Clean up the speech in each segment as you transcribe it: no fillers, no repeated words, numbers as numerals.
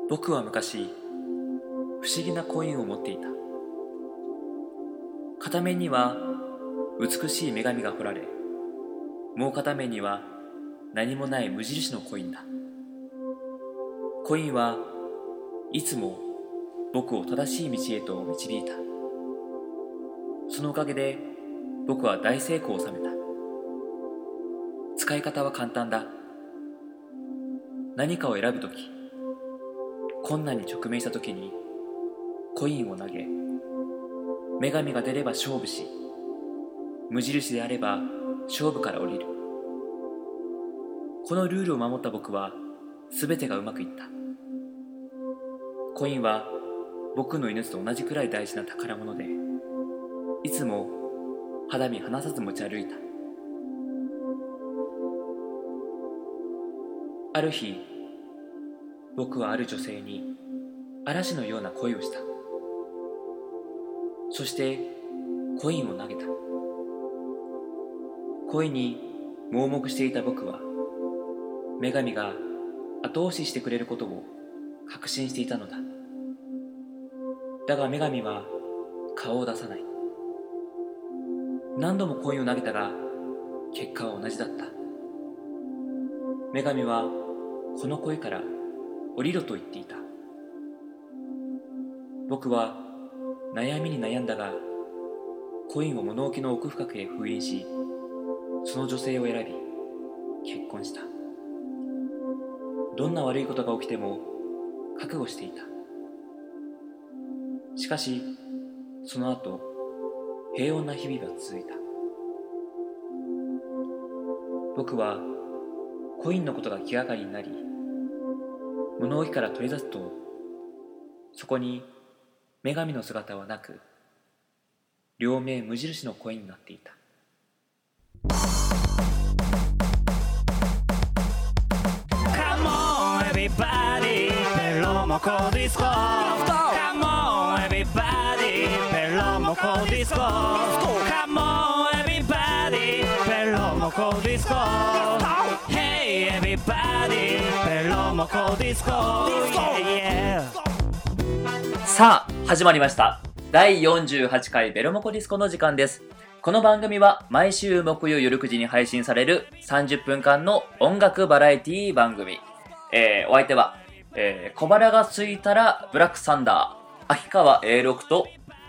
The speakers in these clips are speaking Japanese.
僕は昔不思議なコインを持っていた。片面には美しい女神が彫られ、もう片面には何もない無印のコインだ。コインはいつも僕を正しい道へと導いた。そのおかげで僕は大成功を収めた。使い方は簡単だ。何かを選ぶとき、困難に直面したときにコインを投げ、女神が出れば勝負し、無印であれば勝負から降りる。このルールを守った僕は全てがうまくいった。コインは僕の命と同じくらい大事な宝物で、いつも肌身離さず持ち歩いた。ある日、僕はある女性に嵐のような恋をした。そしてコインを投げた。恋に盲目していた僕は、女神が後押ししてくれることを確信していたのだ。だが女神は顔を出さない。何度もコインを投げたが、結果は同じだった。女神はこの恋から降りろと言っていた。僕は悩みに悩んだが、コインを物置の奥深くへ封印し、その女性を選び結婚した。どんな悪いことが起きても覚悟していた。しかしその後、平穏な日々が続いた。僕はコインのことが気がかりになり、物置から取り出すと、そこに女神の姿はなく、両面無印のコインになっていた。 Come on everybody ベロモコディスコ Come on everybody ベロモコディスコ Come on everybody ベロモコディスコ Hey everybody ベロモコディスコ Yeah, yeah. さあ始まりました。第48回ベロモコディスコの時間です。この番組は毎週木曜夜9時に配信される30分間の音楽バラエティ番組。お相手は、小腹が空いたらブラックサンダー、秋川 A6 と、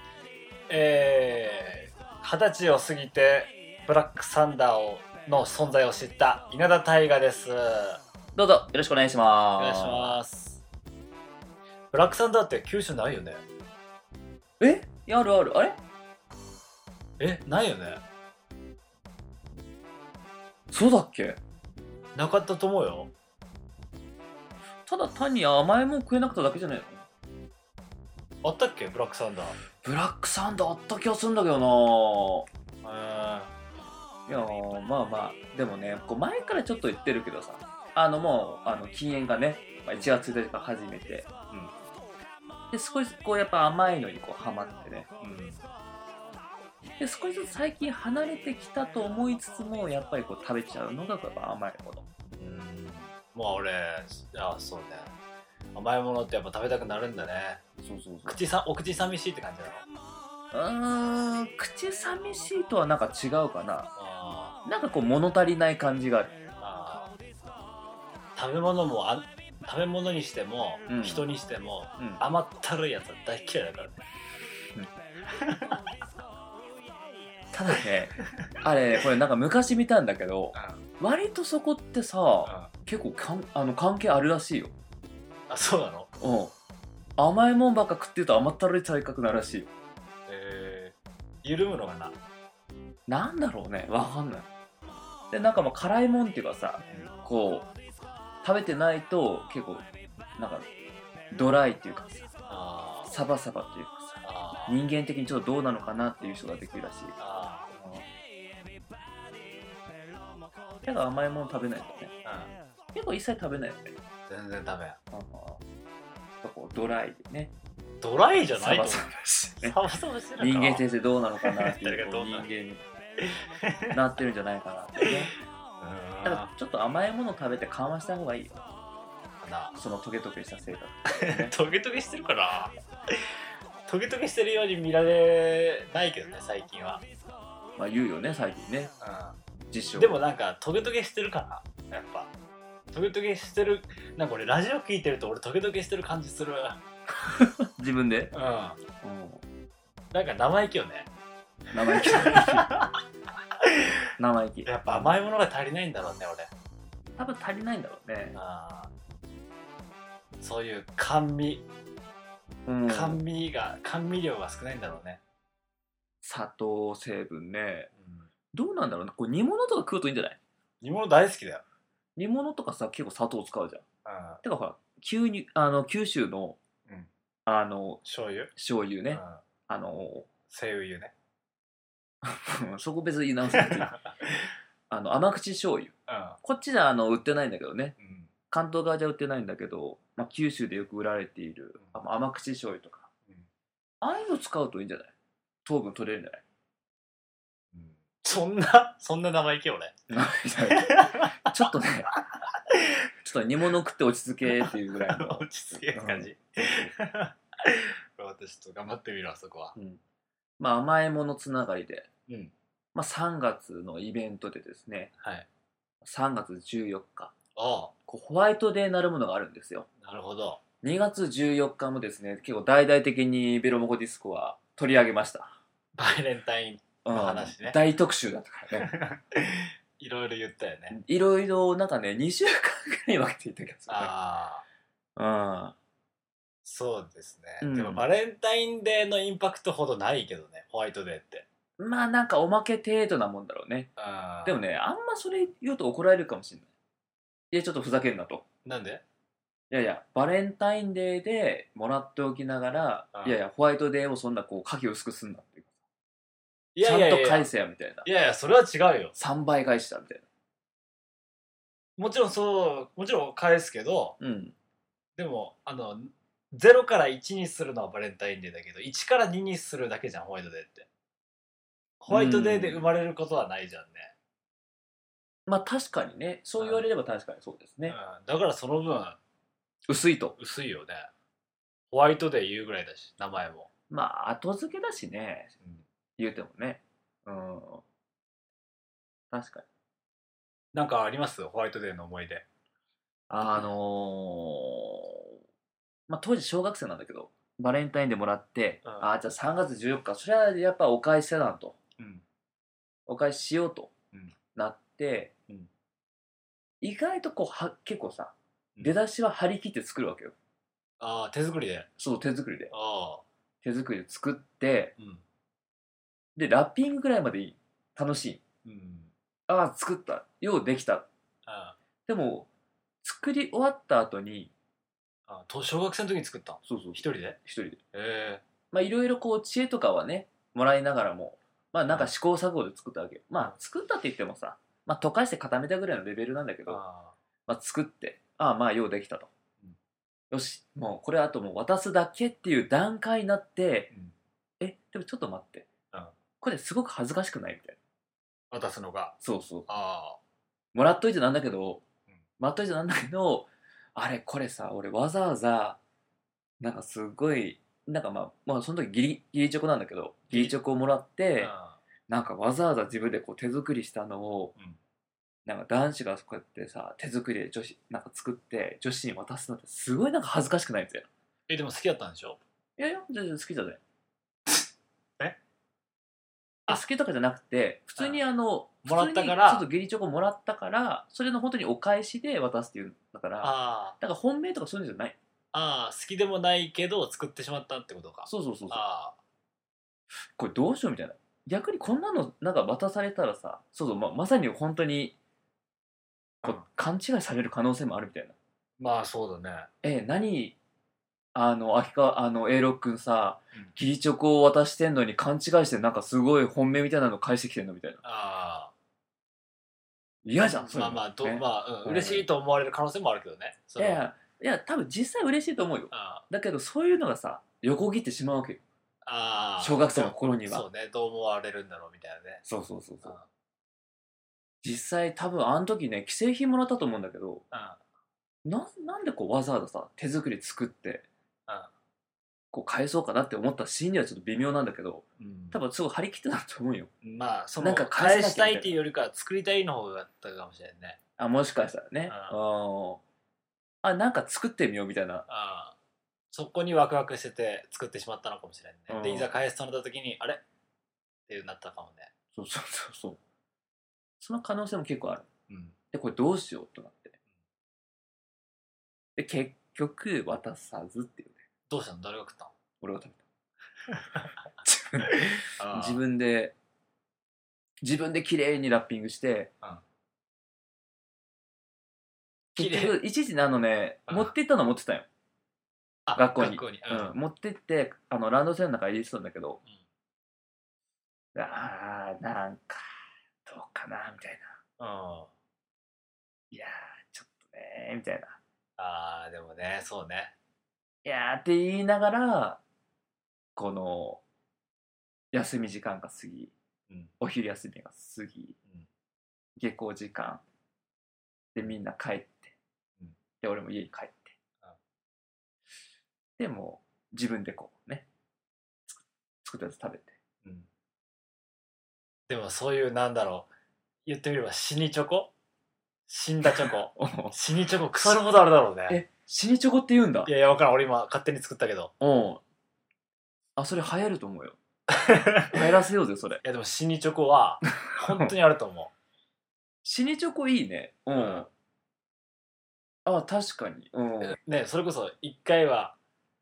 20歳を過ぎてブラックサンダーの存在を知った稲田大我です。 どうぞよろしくお願いします。 お願いします。ブラックサンダーって九州ないよね。 あるある。あれないよね。 そうだっけ？ なかったと思うよ。 ただ単に甘いもん食えなかっただけじゃないの？ あったっけブラックサンダー。 ブラックサンダーあった気がするんだけどな。いやまあまあ、でもね、こう前からちょっと言ってるけどさ、もう禁煙がね、1月1日から始めて、で少しこうやっぱ甘いのにこうハマってね、で少しずつ最近離れてきたと思いつつも、やっぱりこう食べちゃうのがやっぱ甘いもの。 まあ俺、そうね。甘いものってやっぱ食べたくなるんだね。 そう。 お口寂しいって感じなの？ 口寂しいとはなんか違うかな。なんかこう物足りない感じがある。 食べ物にしても、人にしても、甘ったるいやつは大嫌いだからね。 ただね、あれこれなんか昔見たんだけど、割とそこってさ、結構関係あるらしいよ。 あ、そうなの？ 甘いもんばっか食ってると甘ったるい体格になるらしいよ。 緩むのかな？ なんだろうね、わかんない。でなんかもう辛いもんっていうかさ、こう食べてないと結構なんかドライっていうかさ、サバサバっていうかさ、人間的にちょっとどうなのかなっていう人ができるらしい。だから甘いもの食べないとね。結構一切食べないよね。 全然ダメ。 こうドライでね。 ドライじゃないとサバサバしてね。 サバサバしてるか。 人間先生どうなのかなっていう誰がどうなの人間になってるんじゃないかなってね。だからちょっと甘いもの食べて緩和した方がいいよ。 な。 そのトゲトゲした性格、ね、 トゲトゲしてるかな。トゲトゲしてるように見られないけどね最近は。 まあ言うよね最近ね、実証。 でもなんかトゲトゲしてるかな、やっぱトゲトゲしてる。なんか俺ラジオ聞いてると俺トゲトゲしてる感じする。 自分で、 なんか生意気よね。 生意気生意気。 やっぱ甘いものが足りないんだろうね俺。 多分足りないんだろうね。 そういう甘味、甘味料が少ないんだろうね。 砂糖成分ね、どうなんだろうね。これ煮物とか食うといいんじゃない？ 煮物大好きだよ。 煮物とかさ結構砂糖使うじゃん。てかほら九州の、醤油ね、 精油ね。 そこ別に言い直すんですよ。甘口醤油、こっちじゃ売ってないんだけどね、関東側じゃ売ってないんだけど、九州でよく売られている、甘口醤油とか、ああいうの使うといいんじゃない？糖分取れるんじゃない？ そんな生意気俺。 ちょっとねちょっと煮物食って落ち着けっていうぐらいの落ち着ける感じ。私ちょっと頑張ってみるあそこは。 甘いものつながりで、3月のイベントでですね、3月14日ホワイトデーなるものがあるんですよ。 なるほど。 2月14日もですね結構大々的にベロモコディスコは取り上げました。 バレンタインの話ね、 大特集だったからね。 いろいろ言ったよね。 いろいろなんかね2週間ぐらい分けていた気がするね。 そうですね、でもバレンタインデーのインパクトほどないけどねホワイトデーって。 なんかおまけ程度なもんだろうね。でもねあんまそれ言うと怒られるかもしれない。いやちょっとふざけんなと。 なんで？ いやバレンタインデーでもらっておきながら、いやホワイトデーをそんなこう影薄くすんなっていうか、ちゃんと返せやみたいな。 いやそれは違うよ。 3倍返したみたいな。 もちろん返すけど、でも0から1にするのはバレンタインデーだけど1から2にするだけじゃんホワイトデーって。ホワイトデーで生まれることはないじゃんね。 確かにね、そう言われれば確かにそうですね。 だからその分薄いよね。ホワイトデー言うぐらいだし名前も後付けだしね、言うてもね。確かに。 なんかありますホワイトデーの思い出。 当時小学生なんだけどバレンタインでもらって、じゃあ3月14日それはやっぱお返しせなと、お返ししようとなって、意外と結構さ出だしは張り切って作るわけよ。 手作りで。 そう手作りで作って、でラッピングぐらいまでいい楽しい、作ったようできた。でも作り終わった後に小学生の時に作ったの？ そう一人でいろいろこう知恵とかはねもらいながらもなんか試行錯誤で作ったわけよ。作ったって言ってもさ溶かして固めたぐらいのレベルなんだけど、作ってようできたと、よしもうこれあともう渡すだけっていう段階になって、でもちょっと待って、これすごく恥ずかしくないみたいな。渡すのが。 もらっといてなんだけど、あれこれさ俺わざわざなんかすごいなんかその時ギリチョコなんだけどギリチョコをもらって、なんかわざわざ自分でこう手作りしたのを、なんか男子がこうやってさ手作りで女子なんか作って女子に渡すのってすごいなんか恥ずかしくないみたいな。 でも好きだったんでしょ？ いや全然好きじゃない。好きとかじゃなくて普通にもらったからちょっと義理チョコもらったからそれの本当にお返しで渡すっていうんだから、だから本命とかそういうんじゃない。 好きでもないけど作ってしまったってことか。 そうこれどうしようみたいな。逆にこんなのなんか渡されたらさまさに本当に勘違いされる可能性もあるみたいな。 そうだね。 何A ロックンさ義理チョコを渡してんのに勘違いしてなんかすごい本命みたいなの返してきてんのみたいな。嫌じゃん。 嬉しいと思われる可能性もあるけどね。 いや多分実際嬉しいと思うよ。だけどそういうのがさ横切ってしまうわけよ。小学生の頃には。 そうね、どう思われるんだろうみたいなね。 そう実際多分あの時ね既製品もらったと思うんだけど、 なんでこうわざわざさ手作り作ってうんこう返そうかなって思ったシーンにはちょっと微妙なんだけど、多分すごい張り切ってたと思うよ。 まあそのなんか返返さなきゃみたいなしたいっていうよりかは作りたいの方があったかもしれんね。 あ、もしかしたらね。なんか作ってみようみたいな。 そこにワクワクしてて作ってしまったのかもしれんね。でうんいざ返すとなった時にあれってなったかもね。 そうそうそうそう。その可能性も結構ある。 うんで、これどうしようとなって。で、結局渡さずっていうね。 どうしたの？誰が食ったの？ 俺が食べた。自自分で綺麗にラッピングして、 綺麗結局いちいち持って行ったのは持ってたよ。学校に持ってってランドセルの中に入れてたんだけど、なんかどうかなみたいな、いやーちょっとねみたいな、 でもね、そうね、 いやーって言いながらこの休み時間が過ぎ、お昼休みが過ぎ、下校時間でみんな帰って、で俺も家に帰って、でも自分でこうね作ったやつ食べて、 でもそういうなんだろう、言ってみれば死にチョコ、死んだチョコ死にチョコ腐るほどあるだろうね。 死にチョコって言うんだ。 いや分からん、俺今勝手に作ったけど。 それ流行ると思うよ。流行らせようぜそれ。 いやでも死にチョコは本当にあると思う。 死にチョコいいね。確かに。 ね、それこそ一回は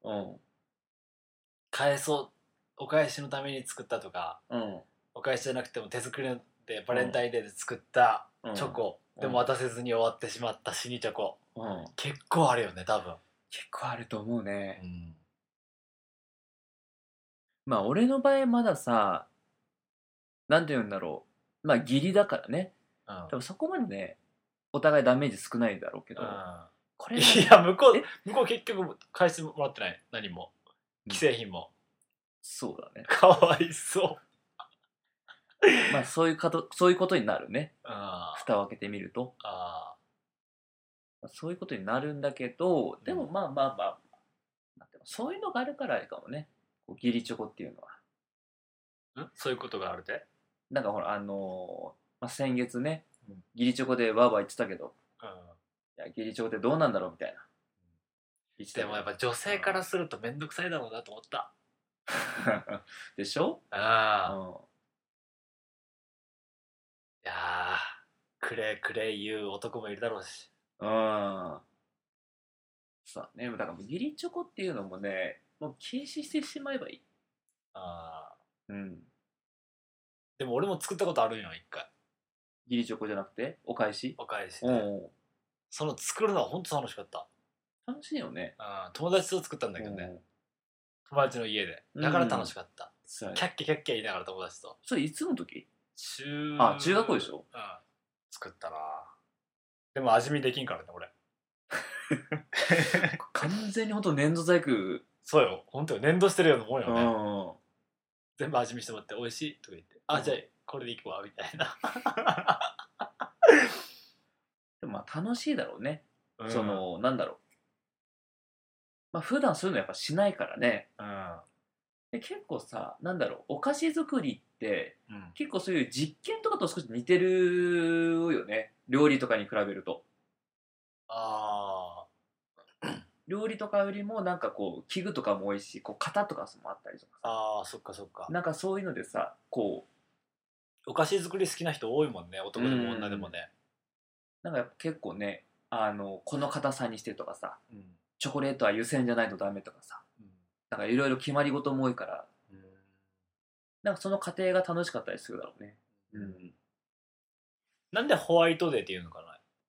お返しのために作ったとか、お返しじゃなくても手作りでバレンタインデーで作ったチョコ、でも渡せずに終わってしまった死にチョコ、結構あるよね多分。 結構あると思うね。まあ俺の場合まださ、なんて言うんだろう、まあ義理だからね、多分そこまでねお互いダメージ少ないだろうけど、これいや向こう結局返してもらってない、何も既製品も。 そうだね。 かわいそう。 まあそういうことになるね。蓋を開けてみるとそういうことになるんだけど、でもまあそういうのがあるからあれかもね、義理チョコっていうのは。 そういうことがあるで、 なんかほら先月ね、義理チョコでワーワー言ってたけど、いや義理チョコってどうなんだろうみたいな。 でもやっぱ女性からすると面倒くさいだろうなと思った。 でしょ。 いやくれ言う男もいるだろうし。 そうね。だからもう義理チョコっていうのもね、もう禁止してしまえばいい。 でも俺も作ったことあるんよ一回。 義理チョコじゃなくてお返しね。その作るのは本当楽しかった。 楽しいよね。 友達と作ったんだけどね、友達の家で。だから楽しかった、キャッキャキャッキャ言いながら友達と。 それいつの時？ 中学校でしょ。 作ったな。でも味見できんからね俺。 完全にほんと粘土細工。 そうよ、ほんとよ、粘土してるようなもんよね。全部味見してもらって美味しいとか言って、じゃあこれでいくわみたいな。 でもまあ楽しいだろうね。そのなんだろう、まあ普段そういうのやっぱしないからね。で結構さ、なんだろう、お菓子作りって、結構そういう実験とかと少し似てるよね、料理とかに比べると。料理とかよりもなんかこう器具とかも多いし、こう型とかもあったりとか。 そっかそっか。 なんかそういうのでさ、こうお菓子作り好きな人多いもんね、男でも女でもね。 なんかやっぱ結構ね、この硬さにしてとかさ、チョコレートは湯煎じゃないとダメとかさ、なんかいろいろ決まり事も多いから、なんかその過程が楽しかったりするだろうね。 なんでホワイトデーっていうのかな。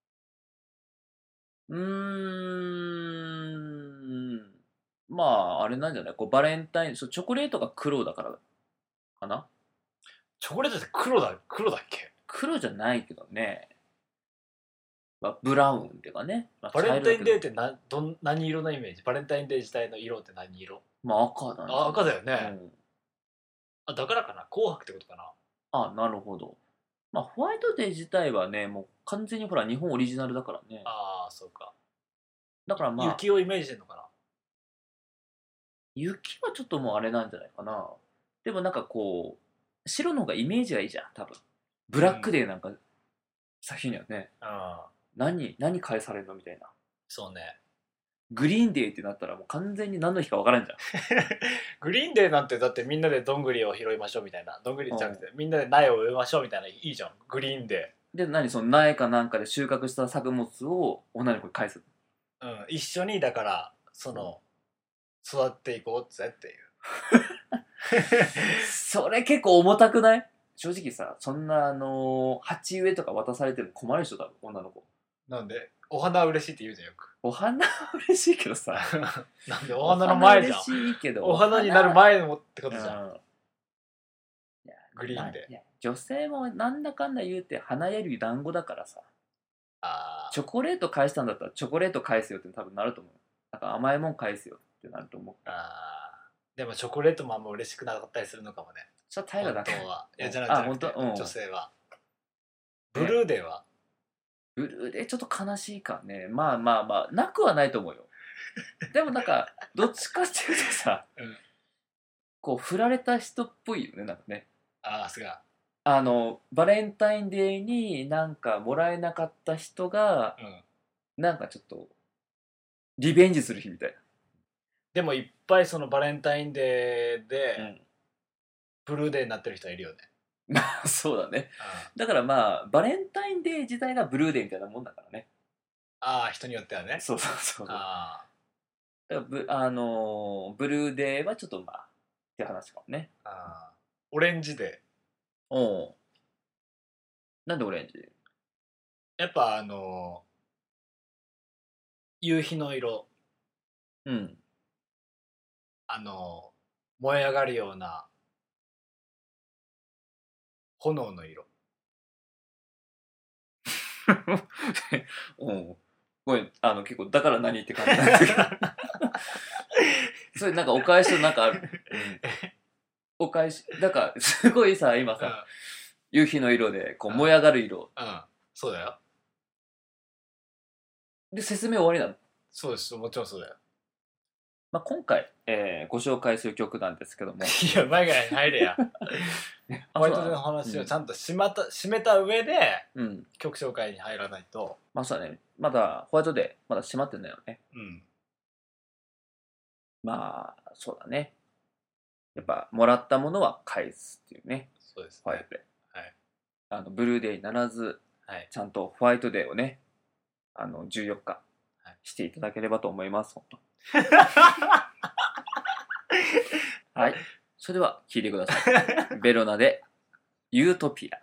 まああれなんじゃない、こうバレンタイン、チョコレートが黒だからかな。 チョコレートって黒だっけ？ 黒じゃないけどね、ブラウンっていうかね、 バレンタインデーって何色のイメージ？バレンタインデー自体の色って何色？ 赤だね。 赤だよね。だからかな、紅白ってことかな。 なるほど。ホワイトデー自体はね、もう完全にほら日本オリジナルだからね。 そうか。 だからまあ雪をイメージしてんのかな。 雪はちょっともうあれなんじゃないかな。でもなんかこう白の方がイメージがいいじゃん多分。ブラックデーなんか作品にはね、何返されるのみたいな。 そうね。 グリーンデーってなったらもう完全に何の日か分からんじゃん。 グリーンデーなんてだってみんなでどんぐりを拾いましょうみたいな、どんぐりじゃなくてみんなで苗を植えましょうみたいな、いいじゃんグリーンデでその苗かなんかで収穫した作物を女の子に返す。 ー。一緒にだからその育っていこうぜっていう。 それ結構重たくない？正直さ、そんな鉢植えとか渡されても困る人だろ女の子。 なんでお花嬉しいって言うじゃんよく。 お花は嬉しいけどさ。 なんでお花の前じゃん。 お花嬉しいけどお花になる前もってことじゃん。 いやグリーンで。 いや女性もなんだかんだ言うて花より団子だからさ。チョコレート返したんだったらチョコレート返すよって多分なると思う。なんか甘いもん返すよってなると思う。 でもチョコレートもあんま嬉しくなかったりするのかもね。 それは大河だけ。 本当は。いやじゃなくて女性は。ブルーデーはブルーデーちょっと悲しいかね。まあなくはないと思うよ。でもなんかどっちかっていうとさ、こう振られた人っぽいよねなんかね。 すがバレンタインデーになんかもらえなかった人が、なんかちょっとリベンジする日みたいな。 でもいっぱいそのバレンタインデーで、ブルーデーになってる人はいるよね。 そうだね。だからまあバレンタインデー自体がブルーデーみたいなもんだからね。 人によってはね。 そう。だからブルーデーはちょっとまあって話かもね。 オレンジデー。なんでオレンジ？ やっぱ夕日の色。燃え上がるような炎の色。 ごめん結構だから何って感じなんですけどそれなんかお返しとなんかある、お返しだからすごいさ今さ、夕日の色でこう燃え上がる色、 そうだよ。 で説明終わりなの？ そうです、もちろんそうだよ。 今回、ご紹介する曲なんですけども、 いや前が入れやホワイトデーの話をちゃんと締めた上で、曲紹介に入らないと。 そうだね。まだホワイトデーまだ閉まってんだよね。そうだね。やっぱもらったものは返すっていうね。 そうですね。 ホワイトデー。ブルーデーにならず、ちゃんとホワイトデーをね、14日していただければと思います。はい。それでは聴いてください。ベロナでユートピア。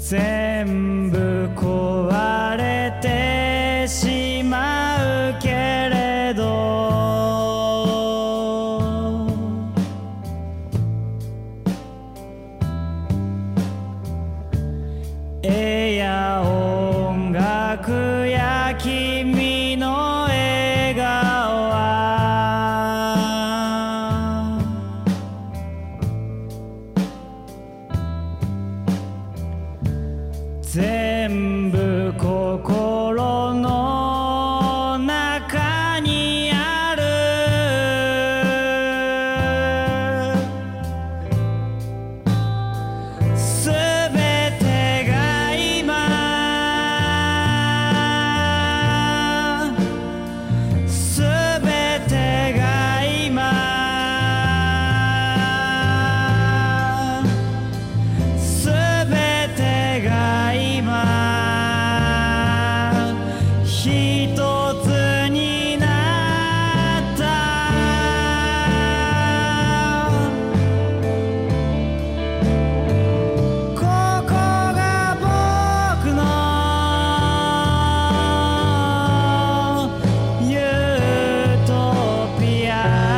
全部壊れてしまうけれど絵や音楽や君の笑顔は全部心の中にあるすべてが今すべてが今すべてが今一つになったここが僕のユートピア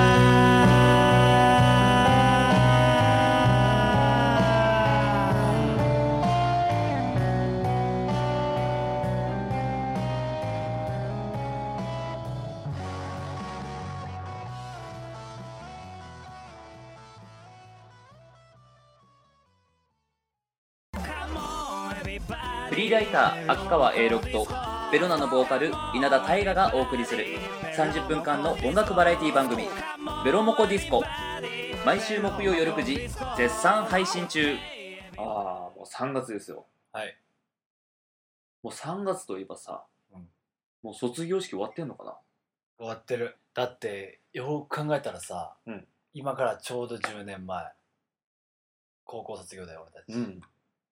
フリーライター秋川栄六とベロナのボーカル稲田大我がお送りする30分間の音楽バラエティ番組ベロモコディスコ、毎週木曜夜9時絶賛配信中。もう3月ですよ。 はい。 もう3月といえばさ、 うん、 もう卒業式終わってんのかな。 終わってる。だってよく考えたらさ、今からちょうど10年前高校卒業だよ俺たち。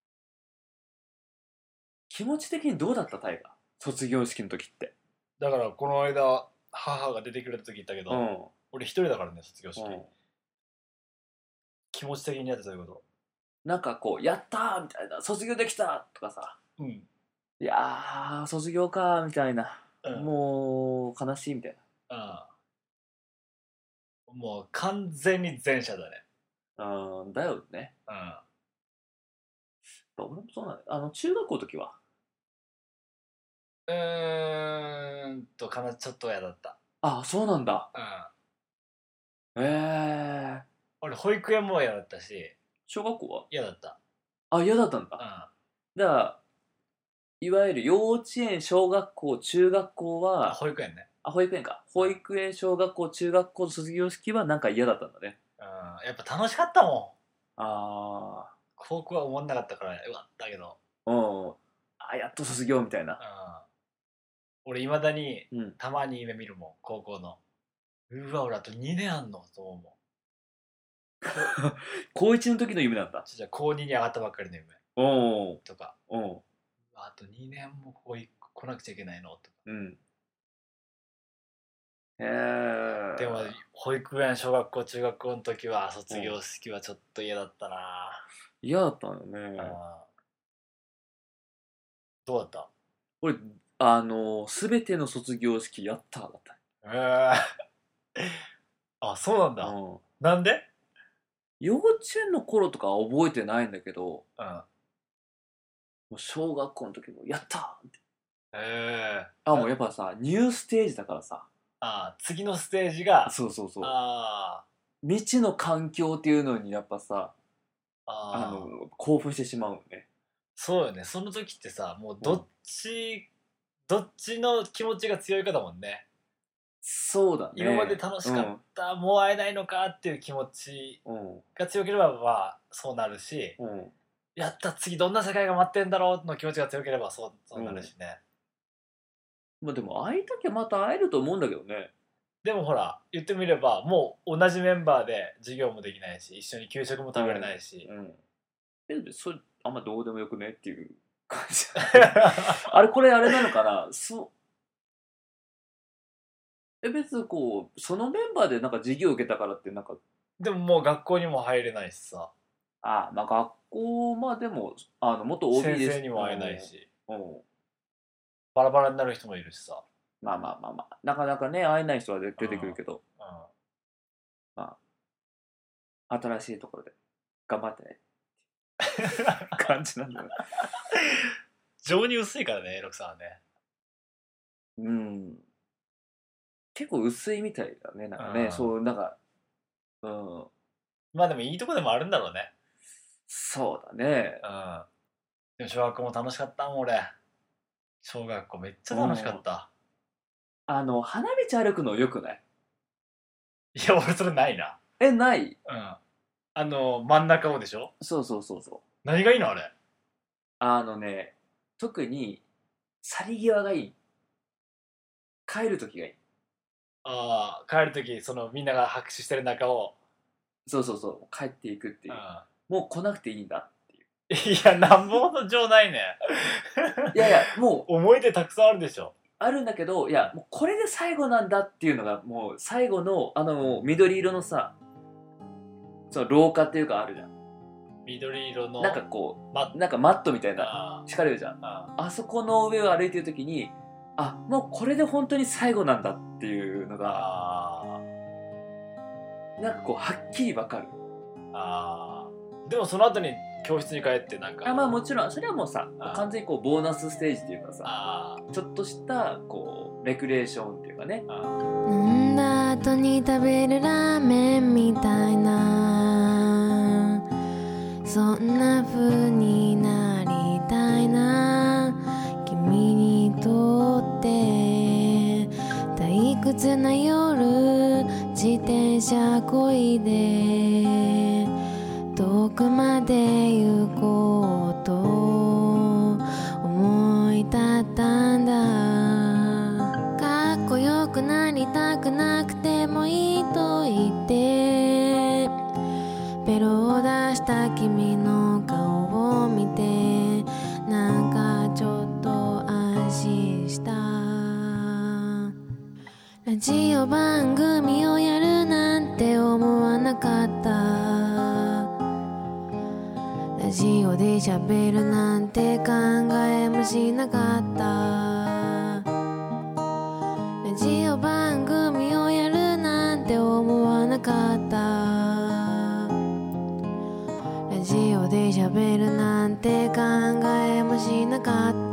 気持ち的にどうだった大我、卒業式の時って。 だからこの間母が出てくれた時言ったけど、俺一人だからね卒業式、気持ち的にやってたいうこと。 なんかこうやったーみたいな、卒業できたとかさ、いやー卒業かーみたいな、もう悲しいみたいな。 もう完全に前者だね。 だよね。俺もそうなんだ。中学校の時はちょっと嫌だった。 そうなんだ。 俺保育園も嫌だったし。 小学校は嫌だった。 嫌だったんだ。だからいわゆる幼稚園、小学校、中学校は保育園ね。 保育園か。保育園、小学校、中学校の卒業式はなんか嫌だったんだね。 やっぱ楽しかったもん。高校は思んなかったからよかったけど。やっと卒業みたいな。俺いまだにたまに夢見るもん、高校の。うわ、俺あと2年あんのと思う。 高1の時の夢なんだ。 じゃあ高2に上がったばっかりの夢とか、あと2年もここ来なくちゃいけないのとか。でも保育園、小学校、中学校の時は卒業式はちょっと嫌だったな。 嫌だったのね。 どうだった？ 俺全ての卒業式やっただった。 そうなんだ。なんで？ 幼稚園の頃とかは覚えてないんだけど、もう小学校の時もやったって。もうやっぱさ、ニューステージだからさ。 次のステージが。 そう。未知の環境っていうのにやっぱさ、興奮してしまうよね。 そうよね。その時ってさ、もうどっちの気持ちが強いかだもんね。 そうだね。 今まで楽しかった、もう会えないのかっていう気持ちが強ければそうなるし、やった次どんな世界が待ってんだろうの気持ちが強ければそうなるしね。 でも会いたきゃまた会えると思うんだけどね。 でもほら言ってみればもう同じメンバーで授業もできないし、一緒に給食も食べれないし、 それあんまどうでもよくねっていう感じ。これあれなのかな。別にこうそのメンバーでなんか授業受けたからってなんか。 でももう学校にも入れないしさ。 ああ、まあ学校、まあでも、元 OB です。 先生にも会えないし、 うん。 バラバラになる人もいるしさ。 まあまあまあまあ、なかなかね、会えない人は出てくるけど、 うん。 まあ、新しいところで頑張ってね。感じなんだよ。 情に薄いからね、ロクさんはね。 うん。結構薄いみたいだね、なんかね、そう、なんか、うん。 まあでもいいとこでもあるんだろうね。 そうだね。 うん。でも小学校も楽しかったもん、俺。小学校めっちゃ楽しかった。 花道歩くのよくない？ いや、俺それないな。 ない？ うん。真ん中をでしょ？ そうそうそうそう。 何がいいのあれ。 特に、去り際がいい。帰る時がいい。 ああ、帰るとき、みんなが拍手してる中を。 そうそうそう。帰っていくっていう。もう来なくていいんだっていう。 いや、なんぼほど情ないね。 いやいや、もう。 思い出たくさんあるでしょ。 あるんだけど、いや、もうこれで最後なんだっていうのが、もう最後の、緑色のさ、その廊下っていうかあるじゃん。 緑色の。 なんかこう、なんかマットみたいな、敷かれるじゃん。あそこの上を歩いてるときに、もうこれで本当に最後なんだっていうのが、なんかこう、はっきりわかる。 でもその後に教室に帰ってなんか。 まあもちろん、それはもうさ、完全にこう、ボーナスステージっていうかさ、ちょっとした、こう、レクレーションっていうかね。 飲んだ後に食べるラーメンみたいな、そんな風になりたいな、君にとって退屈な夜、自転車こいで遠くまで行こうと思い立ったんだ。かっこよくなりたくなくてもいいと言ってベロを出した君の顔を見て、なんかちょっと安心した。ラジオ番組をやるなんて思わなかった。ラジオで喋るなんて考えもしなかった。ラジオ番組をやるなんて思わなかった。ラジオで喋るなんて考えもしなかった。